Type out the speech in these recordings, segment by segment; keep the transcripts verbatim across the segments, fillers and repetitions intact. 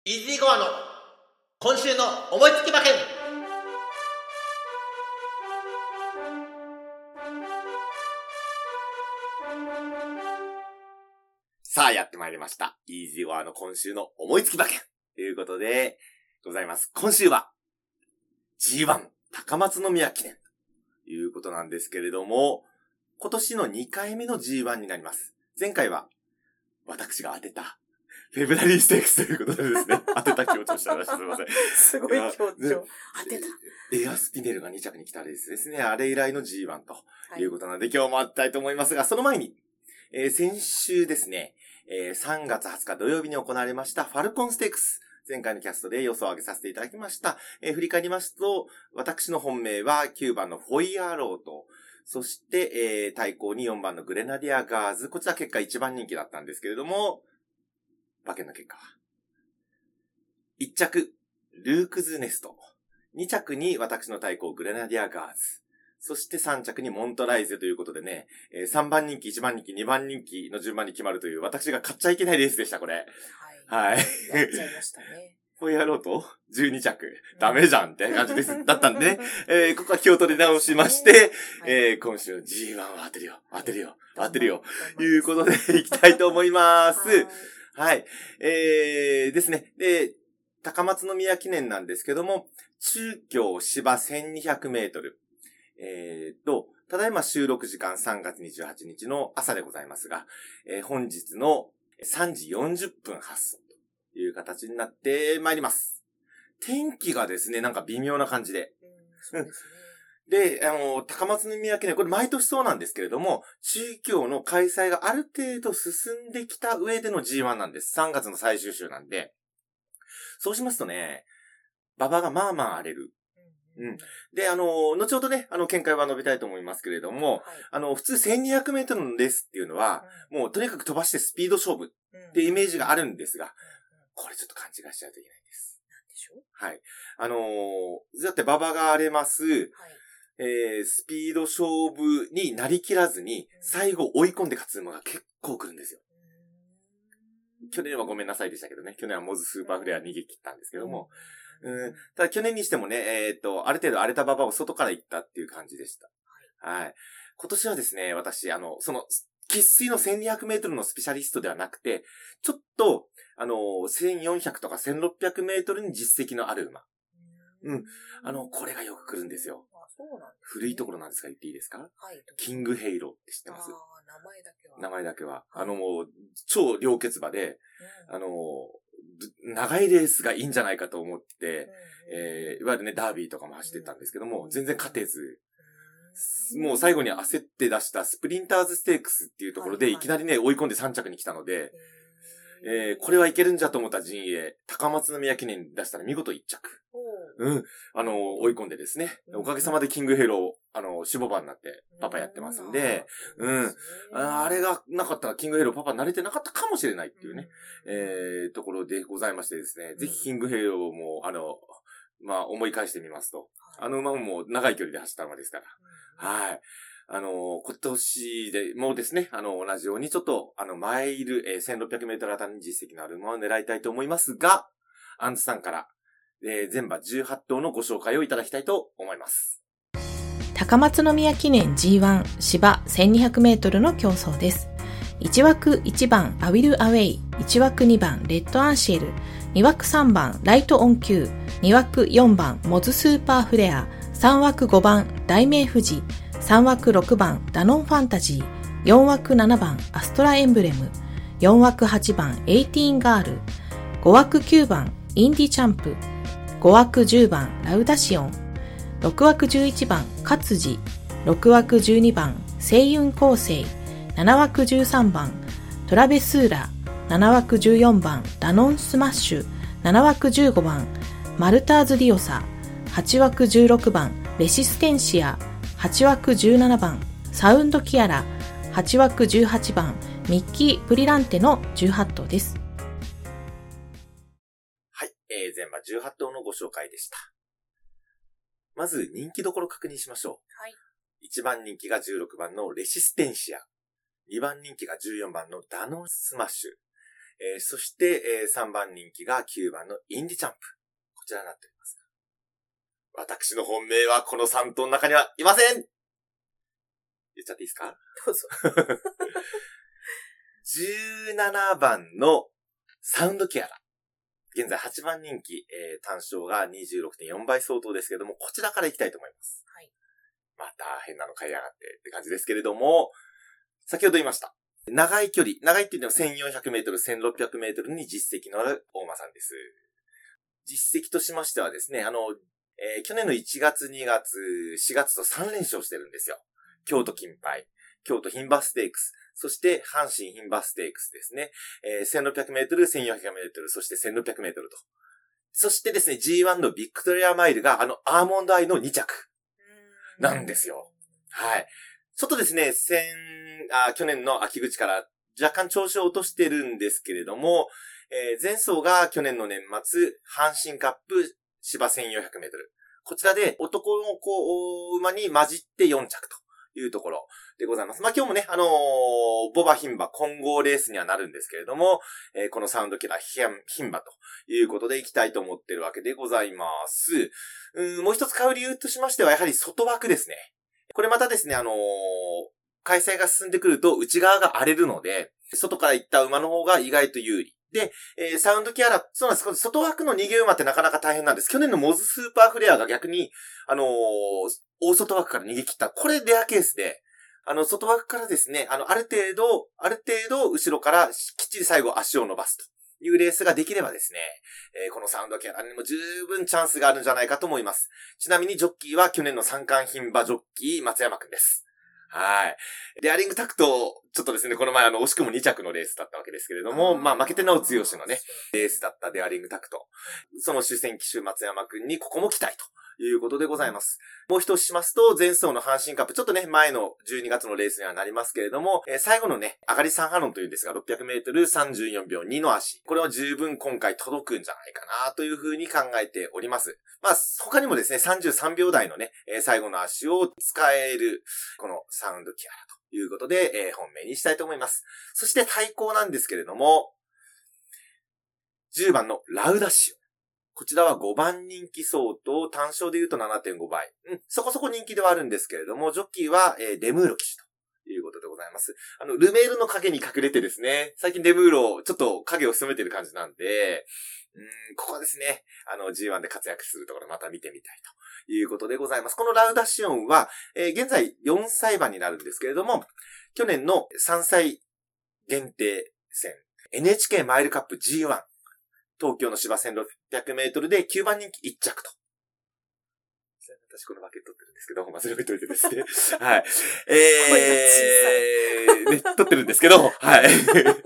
イージーゴアの今週の思いつき馬券。さあやってまいりました。イージーゴアの今週の思いつき馬券ということでございます。今週は ジーワン 高松宮記念ということなんですけれども、今年のにかいめの ジーワン になります。前回は私が当てたフェブラリーステークスということでですね、当てた強調したらしい。すみません。 すごい強調。当てた。 エアスピネルがに着に来たレースですね。あれ以来の ジーワン ということなので、はい、今日も当てたいと思いますが、その前に、えー、先週ですね、えー、さんがつはつか土曜日に行われましたファルコンステークス。前回のキャストで予想を上げさせていただきました。えー、振り返りますと、私の本命はきゅうばんのフォイヤーローと、そして、えー、対抗によんばんのグレナディアガーズ。こちら結果いちばん人気だったんですけれども、馬券の結果は。いっ着、ルークズネスト。に着に私の対抗グレナディアガーズ。そしてさん着にモントライゼということでね、えー、さんばん人気、いちばん人気、にばん人気の順番に決まるという私が買っちゃいけないレースでした、これ。はい。はい。 やっちゃいましたね。 こうやろうとじゅうに着。ダメじゃんって感じです。だったんでね。えー、ここは気を取り直しまして、はい、えー、今週の ジーワン は当てるよ、当てるよ、当てるよ、ということでいきたいと思います。はい。はい。えー、ですね。で、高松宮記念なんですけども、中京芝せんにひゃくメートル。えーと、ただいま収録時間さんがつにじゅうはちにちの朝でございますが、えー、本日のさんじよんじゅっぷん発送という形になってまいります。天気がですね、なんか微妙な感じで。 うん、そうですね。 で、あの、高松宮記念、これ毎年そうなんですけれども、中京の開催がある程度進んできた上での ジーワン なんです。さんがつの最終週なんで。そうしますとね、馬場がまあまあ荒れる。うん。で、あの、後ほどね、あの、見解は述べたいと思いますけれども、はい、あの、普通せんにひゃくメートルのレースっていうのは、うん、もうとにかく飛ばしてスピード勝負っていうイメージがあるんですが、うん、これちょっと勘違いしちゃうといけないんです。 なんでしょう？ はい。あのー、だって馬場が荒れます、はい、えー、スピード勝負になりきらずに、最後追い込んで勝つ馬が結構来るんですよ。うん、去年はごめんなさいでしたけどね。去年はモズスーパーフレア逃げ切ったんですけども、うんうん、ただ去年にしてもね、えっと、ある程度荒れた馬場を外から行ったっていう感じでした。はい。はい。今年はですね、私、あの、その、喫水のせんにひゃくメートルのスペシャリストではなくて、ちょっと、あの、せんよんひゃくとかせんろっぴゃくメートルに実績のある馬。うん。あの、これがよく来るんですよ。 あ、そうなんですね。 古いところなんですか、言っていいですか？ はい。 キングヘイローって知ってます？ ああ、名前だけは。 名前だけは。はい、 あの、もう、超良血馬で、うん、あの、長いレースがいいんじゃないかと思って、うんうん、えー、いわゆるね、ダービーとかも走ってたんですけども、うん、全然勝てず、うん、もう最後に焦って出したスプリンターズステークスっていうところで、はいはい、いきなりね、追い込んでさん着に来たので、えー、これはいけるんじゃと思った陣営、高松宮記念に出したら見事いっ着。うん。あの、追い込んでですね。おかげさまでキングヘロー、あの、守護馬になってパパやってますんで、うん。あ, あれがなかったらキングヘローパパ慣れてなかったかもしれないっていうね、えー、ところでございましてですね。ぜひキングヘローも、あの、まあ、思い返してみますと、あの馬も長い距離で走った馬ですから。はい。あの、今年でもうですね、あの、同じようにちょっと、あの、マイル、えー、せんろっぴゃくメートルあたりに実績のある馬を狙いたいと思いますが、アンズさんから、えー、全馬じゅうはち頭のご紹介をいただきたいと思います。 高松宮記念 ジーワン 芝せんにひゃくメートルの競争です。いち枠いちばんアウィルアウェイ、いち枠にばんレッドアンシエル、に枠さんばんライトオン Q、に枠よんばんモズスーパーフレア、さん枠ごばん大名富士、さん枠ろくばんダノンファンタジー、よん枠ななばんアストラエンブレム、よん枠はちばんエイティーンガール、ご枠きゅうばんインディチャンプ、ご枠じゅうばんラウダシオン、ろく枠じゅういちばん勝地、ろく枠じゅうにばん星雲構成、なな枠じゅうさんばんトラベスーラ、なな枠じゅうよんばんダノンスマッシュ、なな枠じゅうごばんマルターズディオサ、はち枠じゅうろくばんレシステンシア、はち枠じゅうななばんサウンドキアラ、はち枠じゅうはちばんミッキーブリランテのじゅうはち頭です。 はい、えー、全馬じゅうはち頭のご紹介でした。まず人気どころ確認しましょう。 はい。 いちばん人気がじゅうろくばんのレシステンシア。にばん人気がじゅうよんばんのダノンスマッシュ。 えー、そして、えー、さんばん人気がきゅうばんのインディチャンプ。こちらになっております。私の本命はこのさん頭の中にはいません。言っちゃっていいですか？ どうぞ。 じゅうななばんのサウンドキアラ。現在はちばん人気、えー、単勝が にじゅうろくてんよん 倍相当ですけれども、こちらから行きたいと思います。 はい。 また変なの買いやがってって感じですけれども、先ほど言いました。長い距離、長いっていうのはせんよんひゃくメートル、せんろっぴゃくメートルに実績のある大間さんです。実績としましてはですね、あの、えー、去年のいちがつ、にがつ、しがつとさん連勝してるんですよ。京都金杯、京都牝馬ステークス、そして阪神牝馬ステークスですね。えー、せんろっぴゃくメートル、せんよんひゃくメートル、そしてせんろっぴゃくメートルと。そしてですね、ジーワン のビクトリアマイルがあのアーモンドアイのに着なんですよ。はい。ちょっとですね、先、あ、去年の秋口から若干調子を落としてるんですけれども、えー、前走が去年の年末、阪神カップ芝せんよんひゃくメートル。こちらで男の子馬に混じってよん着というところでございます。まあ、今日もね、あのー、ボバ牝馬混合レースにはなるんですけれども、えー、このサウンドキラー牝馬ということで行きたいと思ってるわけでございます。うん、もう一つ買う理由としましては、やはり外枠ですね。これまたですね、あのー、開催が進んでくると内側が荒れるので、外から行った馬の方が意外と有利。で、えー、サウンドキアラ、そうなんです。外枠の逃げ馬ってなかなか大変なんです。去年のモズスーパーフレアが逆に、あのー、大外枠から逃げ切った。これレアケースで、あの、外枠からですね、あの、ある程度、ある程度、後ろからきっちり最後足を伸ばすというレースができればですね、えー、このサウンドキアラにも十分チャンスがあるんじゃないかと思います。ちなみにジョッキーは去年の三冠牝馬ジョッキー松山くんです。はい。デアリングタクト、ちょっとですね、この前あの、惜しくもに着のレースだったわけですけれども、まあ負けてなお強しのね、レースだったデアリングタクト。その主戦騎手松山くんにここも期待ということでございます。もう一つしますと、前走の阪神カップ、ちょっとね、前のじゅうにがつのレースにはなりますけれども、えー、最後のね、上がりさんハロンというんですが、ろっぴゃくメートルさんじゅうよんびょうにの足。これは十分今回届くんじゃないかなというふうに考えております。まあ、他にもですね、さんじゅうさんびょう台のね、えー、最後の足を使える、このサウンドキアラということで、えー、本命にしたいと思います。そして対抗なんですけれども、じゅうばんのラウダシオ。こちらはごばん人気相当、単勝で言うと ななてんご 倍。うん、そこそこ人気ではあるんですけれども、ジョッキーは、えー、デムーロ騎手ということでございます。あの、ルメールの影に隠れてですね、最近デムーロ、ちょっと影を潜めてる感じなんで、うーん、ここはですね、あの、ジーワン で活躍するところまた見てみたいということでございます。このラウダシオンは、えー、現在よんさい馬になるんですけれども、去年のさんさい限定戦、エヌエイチケー マイルカップ ジーワン、東京の芝せんろっぴゃくメートルできゅうばん人気いち着と。私この馬券取ってるんですけど、忘れといてですね。はい。えー、ね、取ってるんですけど、はい。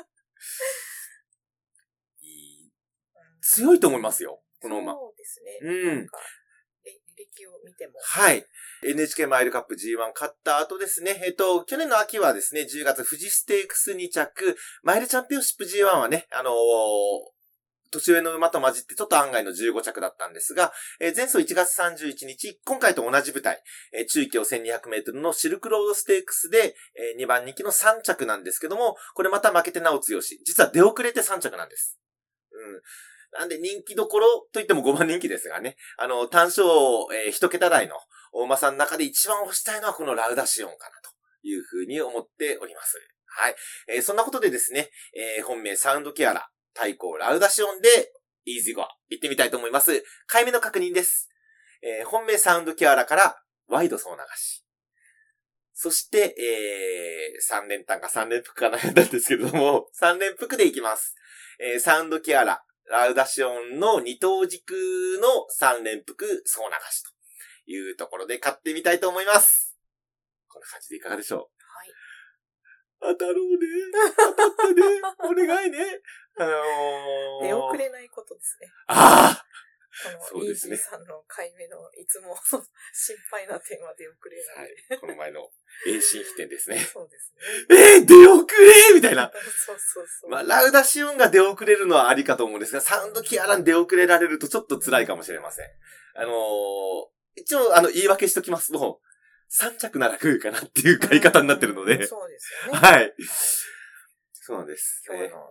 強いと思いますよ、この馬。 そうですね。 うん。 なんか履歴を見ても。 はい。エヌエイチケー マイルカップ ジーワン 勝った後ですね。えっと、去年の秋はですね、じゅうがつ富士ステークスに着、マイルチャンピオンシップ ジーワン はね、あのー、年上の馬と混じってちょっと案外のじゅうご着だったんですが、えー、前走いちがつさんじゅういちにち、今回と同じ舞台、えー、中京せんにひゃくメートルのシルクロードステークスで、えー、にばん人気のさん着なんですけども、これまた負けてなお強し。実は出遅れてさん着なんです。うん。なんで人気どころといってもごばん人気ですがね、あの、単勝、えー、一桁台の大馬さんの中で一番推したいのはこのラウダシオンかなというふうに思っております。はい。えー、そんなことでですね、えー、本命サウンドキアラ、対抗ラウダシオンで、イージーゴア、行ってみたいと思います。買い目の確認です。えー、本命サウンドキアラから、ワイド総流し。そして、えー、さん連単かさん連複か悩んだんですけれども、さん連複でいきます。えー、サウンドキアラ、ラウダシオンの二等軸のさん連複総流しというところで買ってみたいと思います。こんな感じでいかがでしょう？はい。当たろうね。当たってね。お願いね。あのー、 出遅れないことですね。 ああこのイージーさんの買い目のいつも心配な点は出遅れない。 はい。この前の栄心飛点ですね。 そうですね。 えー、出遅れみたいな。 そうそうそう。 まあ、ラウダシオンが出遅れるのはありかと思うんですが、サウンドキアラに出遅れられるとちょっと辛いかもしれません。あのー、一応、あの、言い訳しときますと、さん着なら来るかなっていう買い方になってるので。 そうですよね。 はい。そうなんです。 今日のね、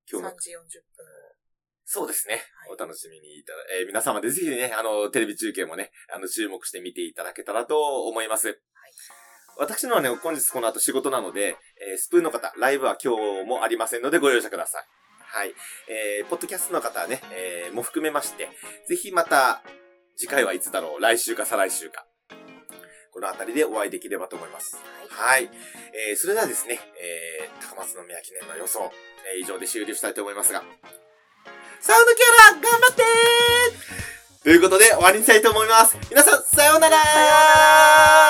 今日の。 さんじよんじゅっぷんを。 そうですね。 はい、 お楽しみにいただ、えー、皆様でぜひね、あの、テレビ中継もね、あの、注目して見ていただけたらと思います。はい、私のはね、本日この後仕事なので、えー、スプーンの方、ライブは今日もありませんのでご容赦ください。はい。えー、ポッドキャストの方はね、えー、も含めまして、ぜひまた、次回はいつだろう、来週か再来週か。このあたりでお会いできればと思います。はい。はい、えー、それではですね、えー、高松宮記念の予想、えー、以上で終了したいと思いますが、サウンドキャラ頑張ってーということで終わりにしたいと思います。皆さん、さようならー。 さようなら。